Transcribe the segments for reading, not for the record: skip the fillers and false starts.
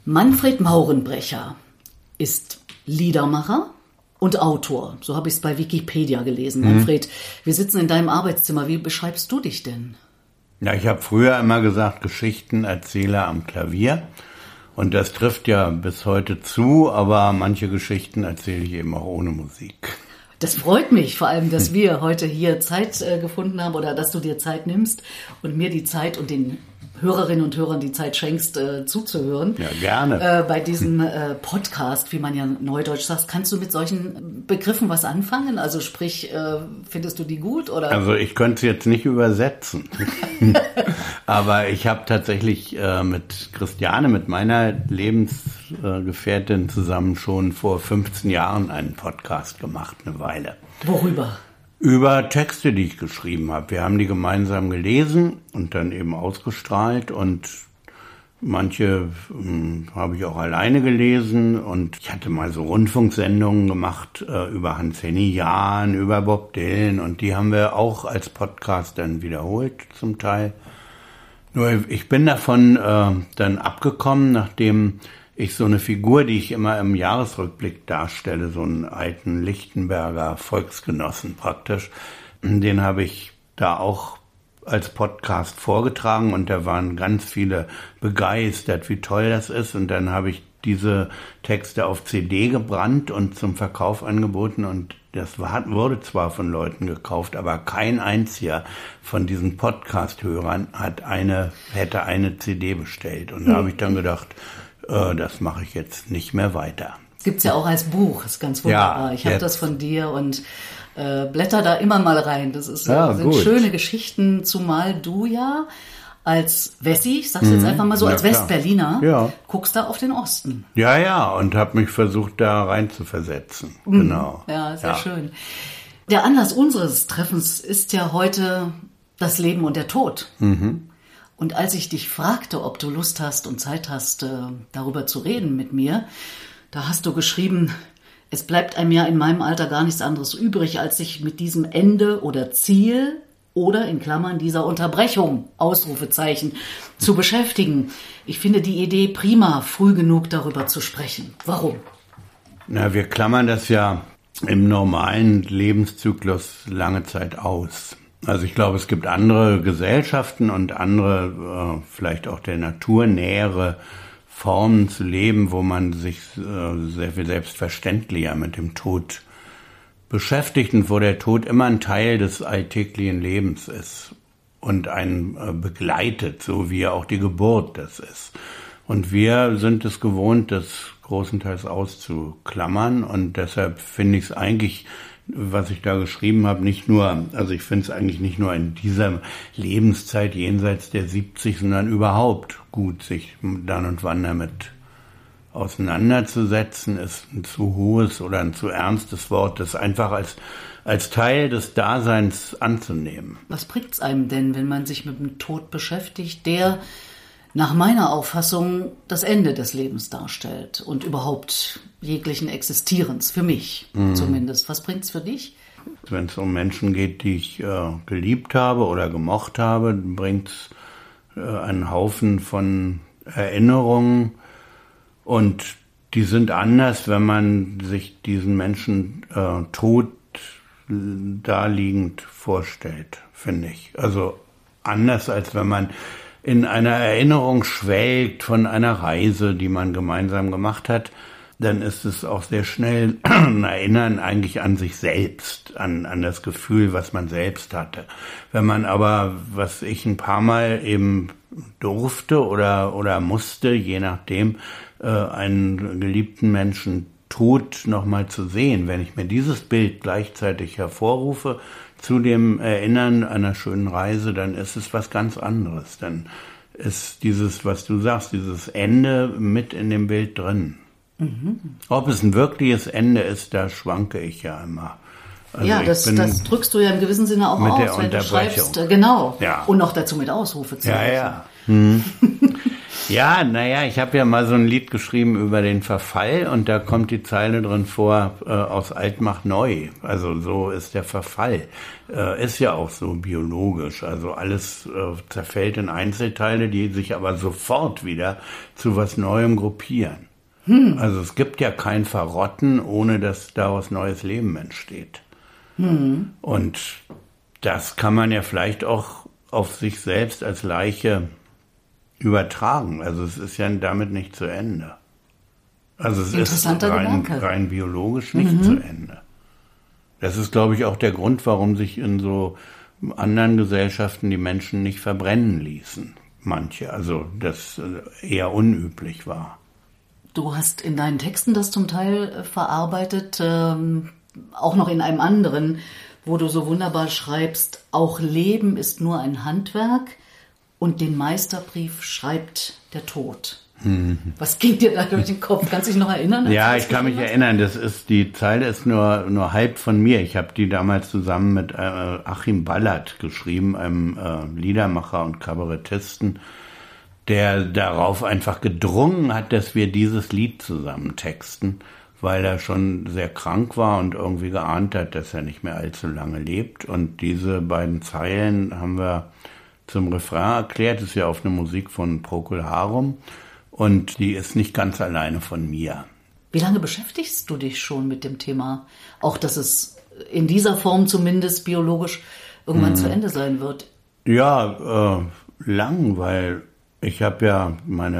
Manfred Maurenbrecher ist Liedermacher und Autor. So habe ich es bei Wikipedia gelesen. Manfred, wir sitzen in deinem Arbeitszimmer. Wie beschreibst du dich denn? Ja, ich habe früher immer gesagt, Geschichtenerzähler am Klavier. Und das trifft ja bis heute zu, aber manche Geschichten erzähle ich eben auch ohne Musik. Das freut mich, vor allem, dass wir heute hier Zeit gefunden haben oder dass du dir Zeit nimmst und mir die Zeit und den Hörerinnen und Hörern die Zeit schenkst, zuzuhören. Ja, gerne. Bei diesem Podcast, wie man ja neudeutsch sagt. Kannst du mit solchen Begriffen was anfangen? Also sprich, findest du die gut? Oder? Also ich könnte es jetzt nicht übersetzen. Aber ich habe tatsächlich mit Christiane, mit meiner Lebensgefährtin zusammen schon vor 15 Jahren einen Podcast gemacht, eine Weile. Worüber? Über Texte, die ich geschrieben habe. Wir haben die gemeinsam gelesen und dann eben ausgestrahlt und manche habe ich auch alleine gelesen und ich hatte mal so Rundfunksendungen gemacht über Hans-Henny Jahn, über Bob Dylan und die haben wir auch als Podcast dann wiederholt zum Teil. Nur ich bin davon dann abgekommen, nachdem ich so eine Figur, die ich immer im Jahresrückblick darstelle, so einen alten Lichtenberger Volksgenossen praktisch, den habe ich da auch als Podcast vorgetragen und da waren ganz viele begeistert, wie toll das ist und dann habe ich diese Texte auf CD gebrannt und zum Verkauf angeboten und das wurde zwar von Leuten gekauft, aber kein einziger von diesen Podcast-Hörern hätte eine CD bestellt und da habe ich dann gedacht, das mache ich jetzt nicht mehr weiter. Gibt's ja auch als Buch, ist ganz wunderbar. Ja, ich habe das von dir und blätter da immer mal rein. Das sind gut. Schöne Geschichten, zumal du ja als Wessi, ich sag's jetzt einfach mal so, als Westberliner, guckst da auf den Osten. Ja, und habe mich versucht, da rein zu versetzen. Genau. Ja, sehr schön. Der Anlass unseres Treffens ist ja heute das Leben und der Tod. Und als ich dich fragte, ob du Lust hast und Zeit hast, darüber zu reden mit mir, da hast du geschrieben, es bleibt einem ja in meinem Alter gar nichts anderes übrig, als sich mit diesem Ende oder Ziel oder in Klammern dieser Unterbrechung, Ausrufezeichen, zu beschäftigen. Ich finde die Idee prima, früh genug darüber zu sprechen. Warum? Na, wir klammern das ja im normalen Lebenszyklus lange Zeit aus. Also ich glaube, es gibt andere Gesellschaften und andere, vielleicht auch der Natur nähere Formen zu leben, wo man sich sehr viel selbstverständlicher mit dem Tod beschäftigt und wo der Tod immer ein Teil des alltäglichen Lebens ist und einen begleitet, so wie auch die Geburt das ist. Und wir sind es gewohnt, das großenteils auszuklammern und deshalb finde ich es eigentlich, was ich da geschrieben habe, ich finde es eigentlich nicht nur in dieser Lebenszeit jenseits der 70, sondern überhaupt gut, sich dann und wann damit auseinanderzusetzen, ist ein zu hohes oder ein zu ernstes Wort, das einfach als Teil des Daseins anzunehmen. Was bringt's einem denn, wenn man sich mit dem Tod beschäftigt, der nach meiner Auffassung das Ende des Lebens darstellt und überhaupt jeglichen Existierens, für mich zumindest. Was bringt's für dich? Wenn es um Menschen geht, die ich geliebt habe oder gemocht habe, bringt's einen Haufen von Erinnerungen und die sind anders, wenn man sich diesen Menschen tot daliegend vorstellt, finde ich. Also anders, als wenn man in einer Erinnerung schwelgt von einer Reise, die man gemeinsam gemacht hat, dann ist es auch sehr schnell ein Erinnern eigentlich an sich selbst, an das Gefühl, was man selbst hatte. Wenn man aber, was ich ein paar Mal eben durfte oder musste, je nachdem, einen geliebten Menschen tot nochmal zu sehen, wenn ich mir dieses Bild gleichzeitig hervorrufe, zu dem Erinnern einer schönen Reise, dann ist es was ganz anderes. Dann ist dieses, was du sagst, dieses Ende mit in dem Bild drin. Ob es ein wirkliches Ende ist, da schwanke ich ja immer. Also ja, das drückst du ja im gewissen Sinne auch mit aus, der wenn du Unterbrechung. schreibst. Genau. Ja. Und noch dazu mit Ausrufezeichen. Ja. Ja, naja, ich habe ja mal so ein Lied geschrieben über den Verfall und da kommt die Zeile drin vor, aus alt macht neu. Also so ist der Verfall. Ist ja auch so biologisch. Also alles zerfällt in Einzelteile, die sich aber sofort wieder zu was Neuem gruppieren. Also es gibt ja kein Verrotten, ohne dass daraus neues Leben entsteht. Und das kann man ja vielleicht auch auf sich selbst als Leiche übertragen. Also es ist ja damit nicht zu Ende. Also es ist rein biologisch nicht zu Ende. Das ist, glaube ich, auch der Grund, warum sich in so anderen Gesellschaften die Menschen nicht verbrennen ließen. Manche, also das eher unüblich war. Du hast in deinen Texten das zum Teil verarbeitet, auch noch in einem anderen, wo du so wunderbar schreibst, auch Leben ist nur ein Handwerk und den Meisterbrief schreibt der Tod. Was ging dir da durch den Kopf? Kannst du dich noch erinnern? Ja, ich kann mich erinnern. Die Zeile ist nur halb von mir. Ich habe die damals zusammen mit Achim Ballert geschrieben, einem Liedermacher und Kabarettisten, der darauf einfach gedrungen hat, dass wir dieses Lied zusammen texten, weil er schon sehr krank war und irgendwie geahnt hat, dass er nicht mehr allzu lange lebt. Und diese beiden Zeilen haben wir zum Refrain erklärt. Das ist ja auf eine Musik von Procol Harum und die ist nicht ganz alleine von mir. Wie lange beschäftigst du dich schon mit dem Thema? Auch, dass es in dieser Form zumindest biologisch irgendwann zu Ende sein wird. Ja, lang, weil ich habe ja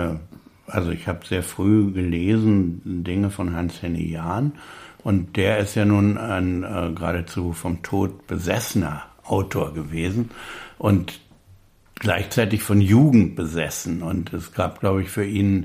ich habe sehr früh gelesen Dinge von Hans-Henny Jahn und der ist ja nun ein geradezu vom Tod besessener Autor gewesen und gleichzeitig von Jugend besessen. Und es gab, glaube ich, für ihn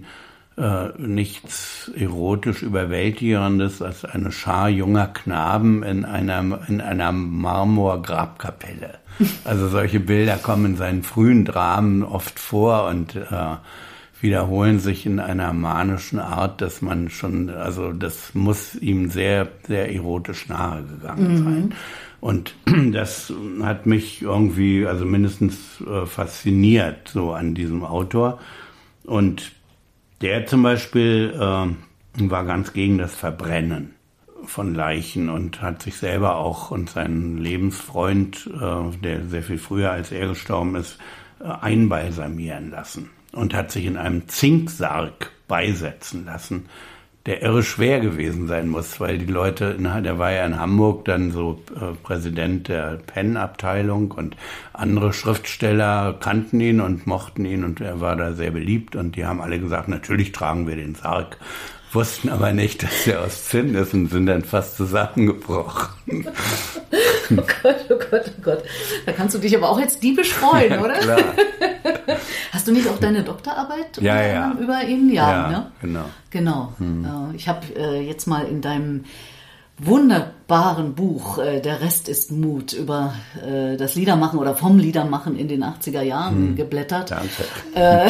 nichts erotisch Überwältigendes als eine Schar junger Knaben in einer Marmorgrabkapelle. Also solche Bilder kommen in seinen frühen Dramen oft vor und wiederholen sich in einer manischen Art, dass man schon, also das muss ihm sehr, sehr erotisch nahe gegangen sein. Und das hat mich irgendwie, also mindestens fasziniert, so an diesem Autor. Und der zum Beispiel war ganz gegen das Verbrennen von Leichen und hat sich selber auch und seinen Lebensfreund, der sehr viel früher als er gestorben ist, einbalsamieren lassen und hat sich in einem Zinksarg beisetzen lassen, der irre schwer gewesen sein muss, weil die Leute, der war ja in Hamburg dann so Präsident der Penn-Abteilung und andere Schriftsteller kannten ihn und mochten ihn und er war da sehr beliebt und die haben alle gesagt, natürlich tragen wir den Sarg, wussten aber nicht, dass der aus Zinn ist und sind dann fast zusammengebrochen. Oh Gott, oh Gott, oh Gott. Da kannst du dich aber auch jetzt diebisch freuen, oder? Klar. Hast du nicht auch deine Doktorarbeit über ihn? Ja, ne? Genau. Ich habe jetzt mal in deinem wunderbaren Buch Der Rest ist Mut über das Liedermachen oder vom Liedermachen in den 80er Jahren geblättert. Danke.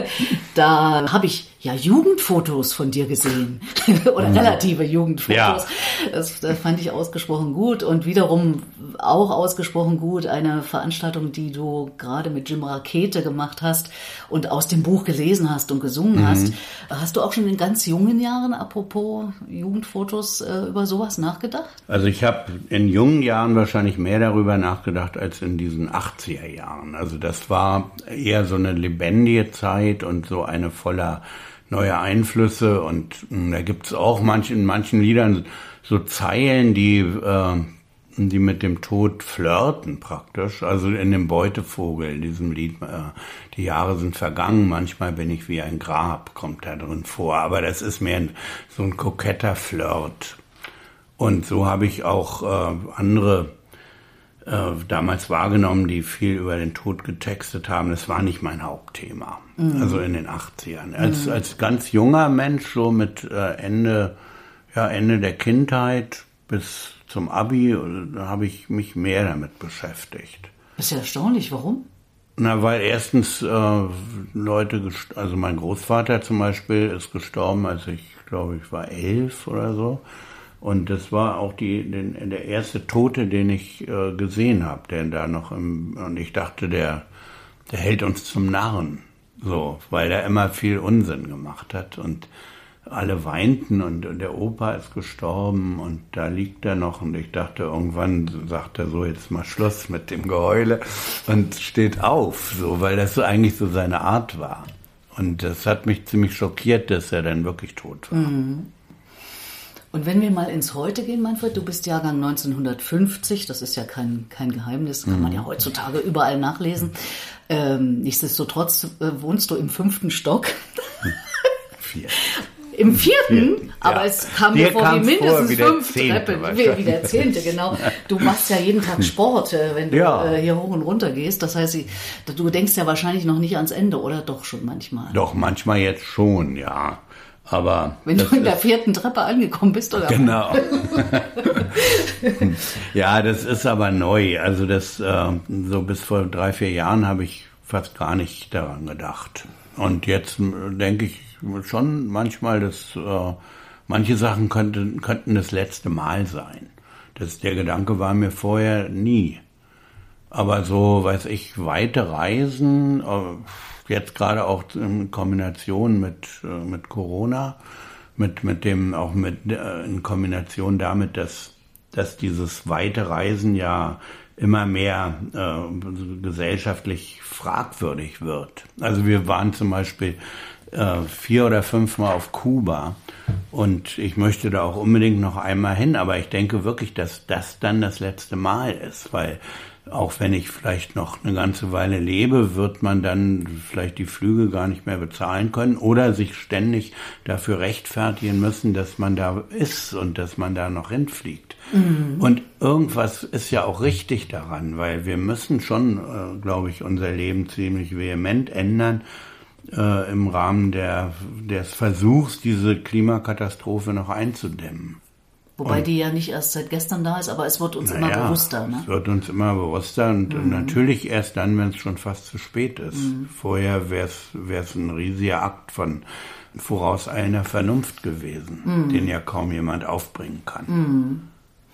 Da habe ich ja Jugendfotos von dir gesehen oder relative Jugendfotos. Ja. Das fand ich ausgesprochen gut und wiederum auch ausgesprochen gut eine Veranstaltung, die du gerade mit Jim Rakete gemacht hast und aus dem Buch gelesen hast und gesungen hast. Hast du auch schon in ganz jungen Jahren, apropos Jugendfotos, über sowas nachgedacht? Also ich habe in jungen Jahren wahrscheinlich mehr darüber nachgedacht als in diesen 80er Jahren. Also das war eher so eine lebendige Zeit und so eine voller neue Einflüsse und da gibt's auch in manchen Liedern so Zeilen, die mit dem Tod flirten praktisch. Also in dem Beutevogel, in diesem Lied, die Jahre sind vergangen, manchmal bin ich wie ein Grab, kommt da drin vor. Aber das ist mehr so ein koketter Flirt. Und so habe ich auch andere damals wahrgenommen, die viel über den Tod getextet haben. Das war nicht mein Hauptthema. Also in den 80ern. Als ganz junger Mensch, so mit Ende der Kindheit bis zum Abi, da habe ich mich mehr damit beschäftigt. Das ist ja erstaunlich. Warum? Na, weil erstens Leute, also mein Großvater zum Beispiel ist gestorben, als ich glaube ich war 11 oder so. Und das war auch der erste Tote, den ich gesehen habe, der da noch und ich dachte, der hält uns zum Narren. So, weil er immer viel Unsinn gemacht hat und alle weinten und der Opa ist gestorben und da liegt er noch und ich dachte, irgendwann sagt er so, jetzt mal Schluss mit dem Geheule und steht auf, so, weil das so eigentlich so seine Art war. Und das hat mich ziemlich schockiert, dass er dann wirklich tot war. Mhm. Und wenn wir mal ins Heute gehen, Manfred, du bist Jahrgang 1950, das ist ja kein Geheimnis, kann man ja heutzutage überall nachlesen. Nichtsdestotrotz wohnst du im 5. Stock. 4. Im 4., aber es kam mir vor wie mindestens 5 Treppen, wie der 10., genau. Du machst ja jeden Tag Sport, wenn du hier hoch und runter gehst. Das heißt, du denkst ja wahrscheinlich noch nicht ans Ende, oder doch schon manchmal? Doch, manchmal jetzt schon, ja. Aber wenn du in der 4. Treppe angekommen bist, oder? Genau. Ja, das ist aber neu. Also das so bis vor 3-4 Jahren habe ich fast gar nicht daran gedacht. Und jetzt denke ich schon manchmal, dass manche Sachen könnten das letzte Mal sein. Der Gedanke war mir vorher nie. Aber so, weiß ich, weite Reisen, jetzt gerade auch in Kombination mit Corona, in Kombination damit, dass dieses weite Reisen ja immer mehr gesellschaftlich fragwürdig wird. Also wir waren zum Beispiel 4 oder 5 Mal auf Kuba und ich möchte da auch unbedingt noch einmal hin, aber ich denke wirklich, dass das dann das letzte Mal ist, weil auch wenn ich vielleicht noch eine ganze Weile lebe, wird man dann vielleicht die Flüge gar nicht mehr bezahlen können oder sich ständig dafür rechtfertigen müssen, dass man da ist und dass man da noch hinfliegt. Mhm. Und irgendwas ist ja auch richtig daran, weil wir müssen schon, glaube ich, unser Leben ziemlich vehement ändern im Rahmen des Versuchs, diese Klimakatastrophe noch einzudämmen. Wobei die ja nicht erst seit gestern da ist, aber es wird uns immer bewusster. Ne? Es wird uns immer bewusster und natürlich erst dann, wenn es schon fast zu spät ist. Vorher wäre es ein riesiger Akt von vorauseilender Vernunft gewesen, den ja kaum jemand aufbringen kann.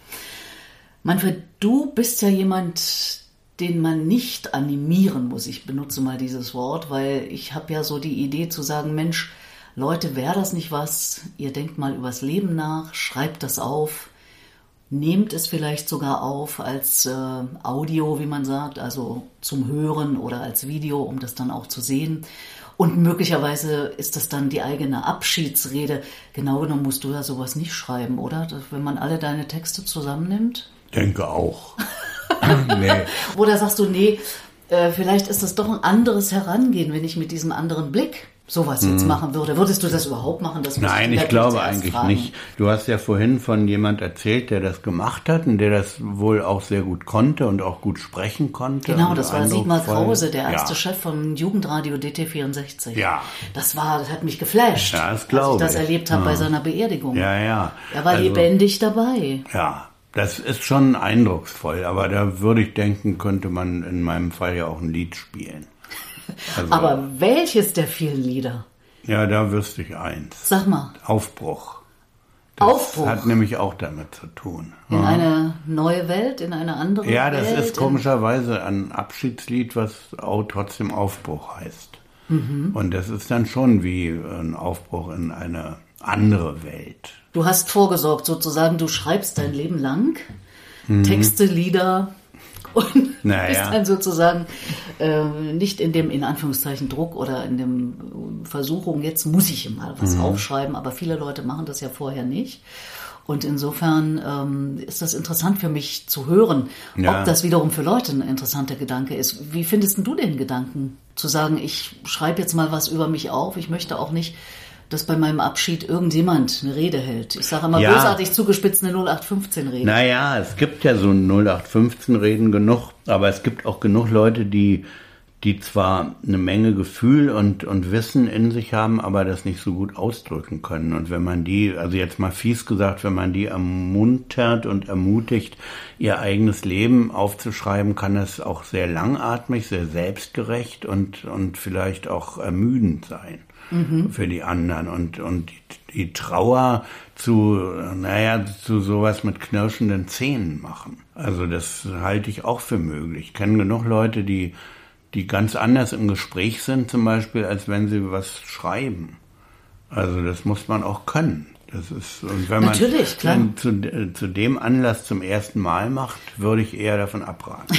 Manfred, du bist ja jemand, den man nicht animieren muss. Ich benutze mal dieses Wort, weil ich habe ja so die Idee zu sagen, Mensch, Leute, wäre das nicht was? Ihr denkt mal übers Leben nach, schreibt das auf, nehmt es vielleicht sogar auf als Audio, wie man sagt, also zum Hören oder als Video, um das dann auch zu sehen. Und möglicherweise ist das dann die eigene Abschiedsrede. Genau genommen musst du ja sowas nicht schreiben, oder? Wenn man alle deine Texte zusammennimmt? Denke auch. Nee. Oder sagst du, nee, vielleicht ist das doch ein anderes Herangehen, wenn ich mit diesem anderen Blick sowas jetzt machen würde. Würdest du das überhaupt machen? Nein, ich glaube eigentlich nicht. Du hast ja vorhin von jemand erzählt, der das gemacht hat und der das wohl auch sehr gut konnte und auch gut sprechen konnte. Genau, das war Sigmar Krause, der erste Chef vom Jugendradio DT64. Ja. Das hat mich geflasht, ja, das glaube als ich das erlebt habe bei seiner Beerdigung. Ja, ja. Er war lebendig dabei. Ja, das ist schon eindrucksvoll, aber da würde ich denken, könnte man in meinem Fall ja auch ein Lied spielen. Also, aber welches der vielen Lieder? Ja, da wüsste ich eins. Sag mal. Aufbruch. Aufbruch. Das hat nämlich auch damit zu tun. In eine neue Welt, in eine andere Welt? Ja, das ist komischerweise ein Abschiedslied, was auch trotzdem Aufbruch heißt. Mhm. Und das ist dann schon wie ein Aufbruch in eine andere Welt. Du hast vorgesorgt sozusagen, du schreibst dein Leben lang Texte, Lieder und bist dann sozusagen nicht in dem, in Anführungszeichen, Druck oder in dem Versuchung, jetzt muss ich mal was aufschreiben, aber viele Leute machen das ja vorher nicht. Und insofern ist das interessant für mich zu hören, ob das wiederum für Leute ein interessanter Gedanke ist. Wie findest du den Gedanken, zu sagen, ich schreibe jetzt mal was über mich auf, ich möchte auch nicht, dass bei meinem Abschied irgendjemand eine Rede hält. Ich sage immer bösartig zugespitzt eine 0815-Rede. Naja, es gibt ja so 0815-Reden genug, aber es gibt auch genug Leute, die zwar eine Menge Gefühl und Wissen in sich haben, aber das nicht so gut ausdrücken können. Und wenn man die, also jetzt mal fies gesagt, wenn man die ermuntert und ermutigt, ihr eigenes Leben aufzuschreiben, kann das auch sehr langatmig, sehr selbstgerecht und vielleicht auch ermüdend sein. Für die anderen und die Trauer zu sowas mit knirschenden Zähnen machen. Also das halte ich auch für möglich. Ich kenne genug Leute, die die ganz anders im Gespräch sind zum Beispiel, als wenn sie was schreiben. Also das muss man auch können. Das ist, und wenn Natürlich, man zu dem Anlass zum ersten Mal macht, würde ich eher davon abraten.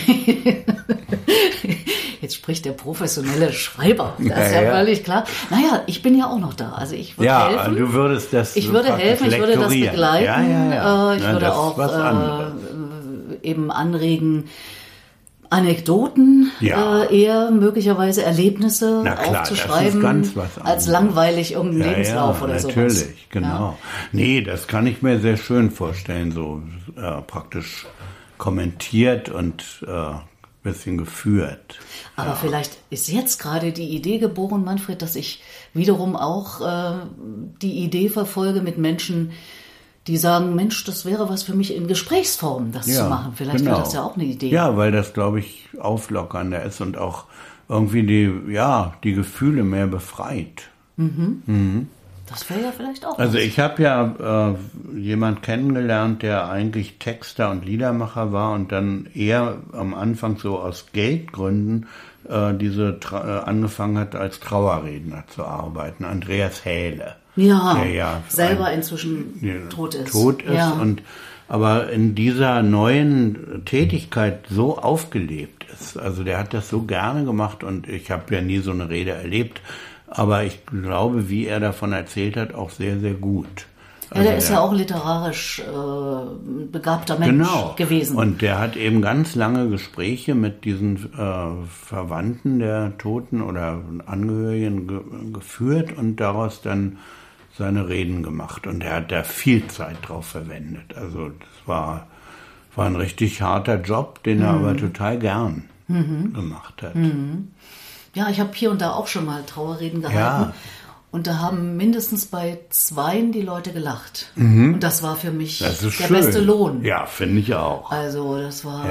Jetzt spricht der professionelle Schreiber. Das ist ja völlig klar. Naja, ich bin ja auch noch da. Also ich würde helfen. Du würdest das Ich würde helfen, ich würde das begleiten. Ich würde auch eben anregen, Anekdoten, eher möglicherweise Erlebnisse aufzuschreiben, als langweilig irgendeinen Lebenslauf oder sowas. Natürlich, genau. Ja. Nee, das kann ich mir sehr schön vorstellen, so praktisch kommentiert und bisschen geführt. Aber vielleicht ist jetzt gerade die Idee geboren, Manfred, dass ich wiederum auch die Idee verfolge mit Menschen, die sagen, Mensch, das wäre was für mich in Gesprächsform, das zu machen. Vielleicht wäre das ja auch eine Idee. Ja, weil das, glaube ich, auflockernder ist und auch irgendwie die Gefühle mehr befreit. Das wäre ja vielleicht auch Also ich habe ja jemand kennengelernt, der eigentlich Texter und Liedermacher war und dann eher am Anfang so aus Geldgründen angefangen hat, als Trauerredner zu arbeiten. Andreas Hähle. Der selber inzwischen tot ist. Aber in dieser neuen Tätigkeit so aufgelebt ist. Also der hat das so gerne gemacht und ich habe ja nie so eine Rede erlebt. Aber ich glaube, wie er davon erzählt hat, auch sehr, sehr gut. Ja, der ist ja auch literarisch begabter Mensch gewesen. Und der hat eben ganz lange Gespräche mit diesen Verwandten der Toten oder Angehörigen geführt und daraus dann seine Reden gemacht. Und er hat da viel Zeit drauf verwendet. Also das war ein richtig harter Job, den er aber total gern gemacht hat. Ja, ich habe hier und da auch schon mal Trauerreden gehalten. Ja. Und da haben mindestens bei 2 die Leute gelacht. Und das war für mich der beste Lohn. Ja, finde ich auch. Also das war...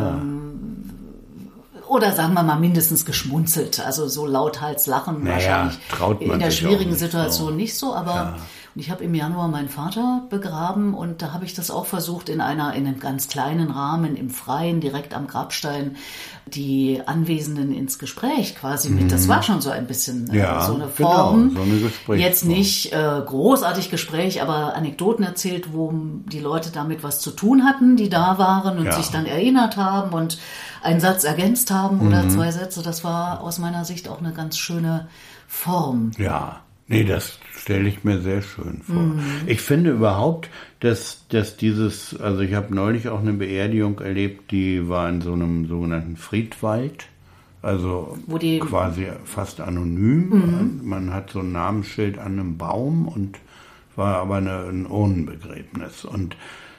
oder sagen wir mal mindestens geschmunzelt. Also so lauthals lachen wahrscheinlich traut man in der sich schwierigen nicht Situation nicht so. Aber ich habe im Januar meinen Vater begraben und da habe ich das auch versucht in einem ganz kleinen Rahmen im Freien, direkt am Grabstein, die Anwesenden ins Gespräch quasi mit. Das war schon so ein bisschen so eine Form. So eine Gesprächsform. Jetzt nicht großartig Gespräch, aber Anekdoten erzählt, wo die Leute damit was zu tun hatten, die da waren und sich dann erinnert haben und einen Satz ergänzt haben oder 2 Sätze. Das war aus meiner Sicht auch eine ganz schöne Form. Ja, nee, das stelle ich mir sehr schön vor. Ich finde überhaupt, dass dieses, also ich habe neulich auch eine Beerdigung erlebt, die war in so einem sogenannten Friedwald, also quasi fast anonym. Man hat so ein Namensschild an einem Baum und war aber ein Urnenbegräbnis. Und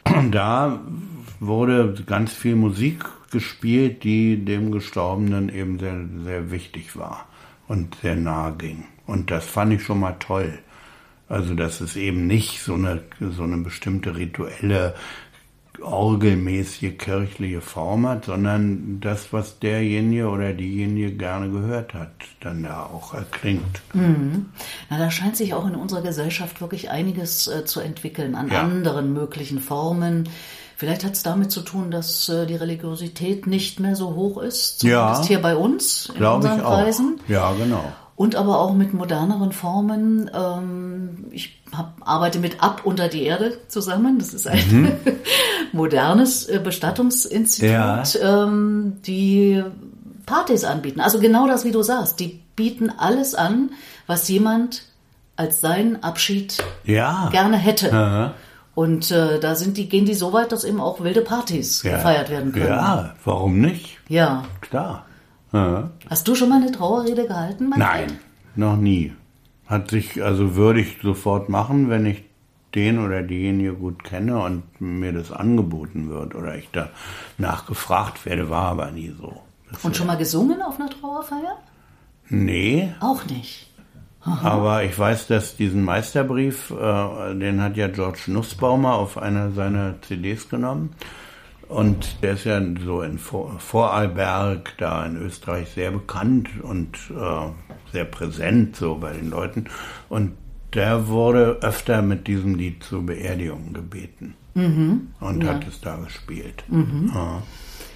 da wurde ganz viel Musik gespielt, die dem Gestorbenen eben sehr, sehr wichtig war und sehr nahe ging. Und das fand ich schon mal toll. Also, dass es eben nicht so eine bestimmte rituelle, orgelmäßige kirchliche Form hat, sondern das, was derjenige oder diejenige gerne gehört hat, dann da auch erklingt. Na, da scheint sich auch in unserer Gesellschaft wirklich einiges zu entwickeln an anderen möglichen Formen. Vielleicht hat es damit zu tun, dass die Religiosität nicht mehr so hoch ist, zumindest hier bei uns, in unseren Kreisen. Ja, genau. Und aber auch mit moderneren Formen. Ich arbeite mit Ab unter die Erde zusammen. Das ist ein modernes Bestattungsinstitut, die Partys anbieten. Also genau das, wie du sagst. Die bieten alles an, was jemand als seinen Abschied gerne hätte. Ja. Und da gehen die so weit, dass eben auch wilde Partys gefeiert werden können. Ja, warum nicht? Ja. Klar. Ja. Hast du schon mal eine Trauerrede gehalten, Manfred? Nein, noch nie. Würde ich sofort machen, wenn ich den oder diejenige gut kenne und mir das angeboten wird oder ich da nachgefragt werde, war aber nie so. Und schon mal gesungen auf einer Trauerfeier? Nee. Auch nicht. Aha. Aber ich weiß, dass diesen Meisterbrief, den hat ja George Nussbaumer auf einer seiner CDs genommen. Und der ist ja so in Vorarlberg, da in Österreich, sehr bekannt und sehr präsent so bei den Leuten. Und der wurde öfter mit diesem Lied zu Beerdigungen gebeten und hat es da gespielt. Ja.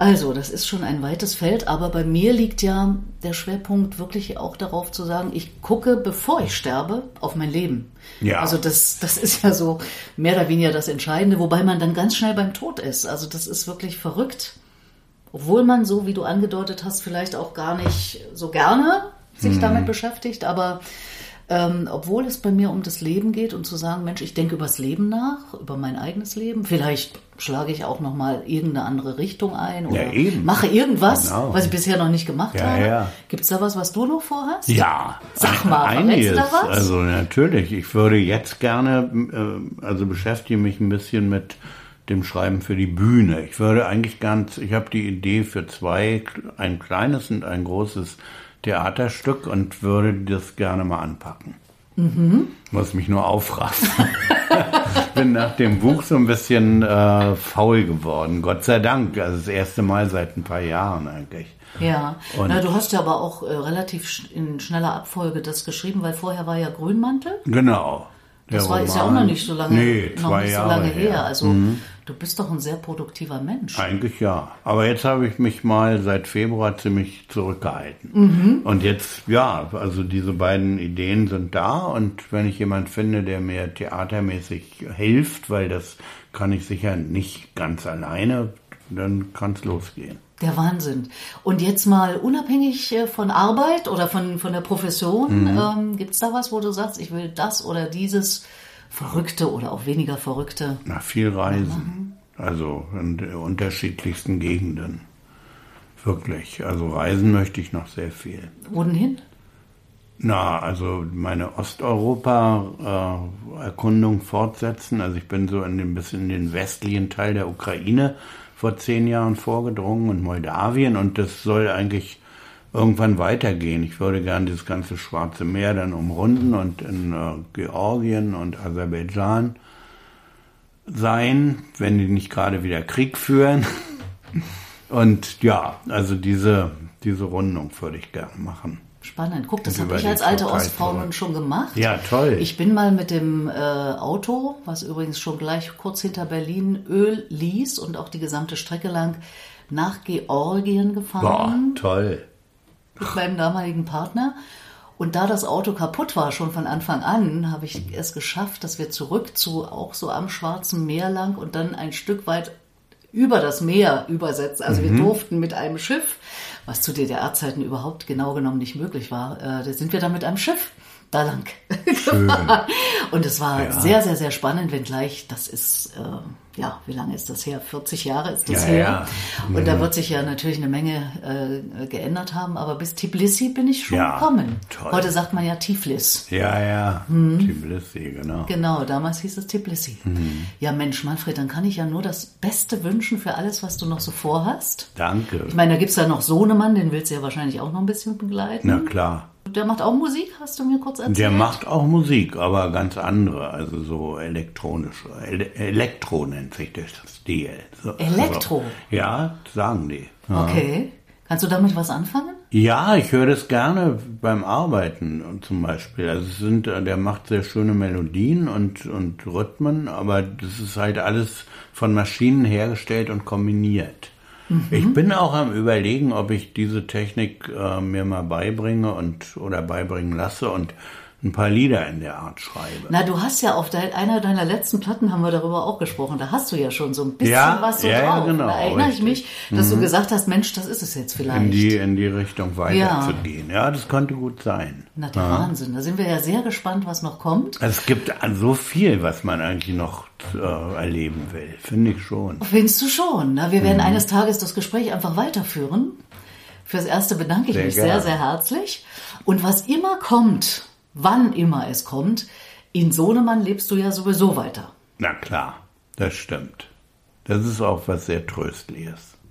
Also, das ist schon ein weites Feld, aber bei mir liegt ja der Schwerpunkt wirklich auch darauf zu sagen, ich gucke, bevor ich sterbe, auf mein Leben. Ja. Also das ist ja so mehr oder weniger das Entscheidende, wobei man dann ganz schnell beim Tod ist. Also das ist wirklich verrückt. Obwohl man, so wie du angedeutet hast, vielleicht auch gar nicht so gerne sich damit beschäftigt, aber obwohl es bei mir um das Leben geht und zu sagen, Mensch, ich denke über das Leben nach, über mein eigenes Leben. Vielleicht schlage ich auch nochmal irgendeine andere Richtung ein oder mache irgendwas, was ich bisher noch nicht gemacht habe. Ja. Gibt es da was du noch vorhast? Ja, Sag mal, einiges. Du da was? Also natürlich, ich würde jetzt gerne, beschäftige mich ein bisschen mit dem Schreiben für die Bühne. Ich würde eigentlich ich habe die Idee für 2, ein kleines und ein großes Theaterstück und würde das gerne mal anpacken. Muss mich nur aufraffen. Ich bin nach dem Buch so ein bisschen faul geworden, Gott sei Dank. Also das erste Mal seit ein paar Jahren eigentlich. Ja, du hast ja aber auch relativ in schneller Abfolge das geschrieben, weil vorher war ja Grünmantel. Genau. Das ist ja auch noch nicht so lange, her. Also du bist doch ein sehr produktiver Mensch. Eigentlich ja. Aber jetzt habe ich mich mal seit Februar ziemlich zurückgehalten. Und jetzt, also diese beiden Ideen sind da. Und wenn ich jemanden finde, der mir theatermäßig hilft, weil das kann ich sicher nicht ganz alleine, dann kann es losgehen. Der Wahnsinn. Und jetzt mal unabhängig von Arbeit oder von der Profession, gibt es da was, wo du sagst, ich will das oder dieses Verrückte oder auch weniger Verrückte? Na, viel Reisen. Also in unterschiedlichsten Gegenden. Wirklich. Also reisen möchte ich noch sehr viel. Wo denn hin? Na, also meine Osteuropa-Erkundung fortsetzen. Also ich bin so bis in den westlichen Teil der Ukraine vor 10 Jahren vorgedrungen und Moldawien und das soll eigentlich irgendwann weitergehen. Ich würde gern dieses ganze Schwarze Meer dann umrunden und in Georgien und Aserbaidschan sein, wenn die nicht gerade wieder Krieg führen. Und also diese Rundung würde ich gerne machen. Spannend. Guck, das habe ich als alte Ostfrau nun schon gemacht. Ja, toll. Ich bin mal mit dem Auto, was übrigens schon gleich kurz hinter Berlin Öl ließ und auch die gesamte Strecke lang nach Georgien gefahren. Boah, toll. Mit meinem damaligen Partner. Und da das Auto kaputt war, schon von Anfang an, habe ich es geschafft, dass wir zurück auch so am Schwarzen Meer lang und dann ein Stück weit über das Meer übersetzen. Also wir durften mit einem Schiff, was zu DDR-Zeiten überhaupt genau genommen nicht möglich war, da sind wir dann mit einem Schiff da lang gefahren. Und es war sehr, sehr, sehr spannend, wenngleich das ist, wie lange ist das her? 40 Jahre ist das her. Ja. Und da wird sich ja natürlich eine Menge geändert haben, aber bis Tbilisi bin ich schon gekommen. Toll. Heute sagt man ja Tiflis. Ja, Tbilisi, genau. Genau, damals hieß es Tbilisi. Ja, Mensch, Manfred, dann kann ich ja nur das Beste wünschen für alles, was du noch so vorhast. Danke. Ich meine, da gibt's ja noch Sohnemann, den willst du ja wahrscheinlich auch noch ein bisschen begleiten. Na klar. Der macht auch Musik, hast du mir kurz erzählt? Der macht auch Musik, aber ganz andere, also so elektronische. Elektro nennt sich der Stil. So, Elektro? Also, ja, sagen die. Ja. Okay. Kannst du damit was anfangen? Ja, ich höre das gerne beim Arbeiten zum Beispiel. Also der macht sehr schöne Melodien und Rhythmen, aber das ist halt alles von Maschinen hergestellt und kombiniert. Ich bin auch am Überlegen, ob ich diese Technik mir mal beibringe oder beibringen lasse und ein paar Lieder in der Art schreibe. Na, du hast ja auf einer deiner letzten Platten, haben wir darüber auch gesprochen, da hast du ja schon so ein bisschen was so drauf. Ja, genau. Da erinnere ich mich, dass du gesagt hast, Mensch, das ist es jetzt vielleicht. In die Richtung weiterzugehen. Ja, das könnte gut sein. Na, der Wahnsinn. Da sind wir ja sehr gespannt, was noch kommt. Es gibt so viel, was man eigentlich noch erleben will. Finde ich schon. Findest du schon? Na, wir werden eines Tages das Gespräch einfach weiterführen. Fürs Erste bedanke ich mich sehr, sehr herzlich. Und was immer kommt, wann immer es kommt, in Sohnemann lebst du ja sowieso weiter. Na klar, das stimmt. Das ist auch was sehr Tröstliches.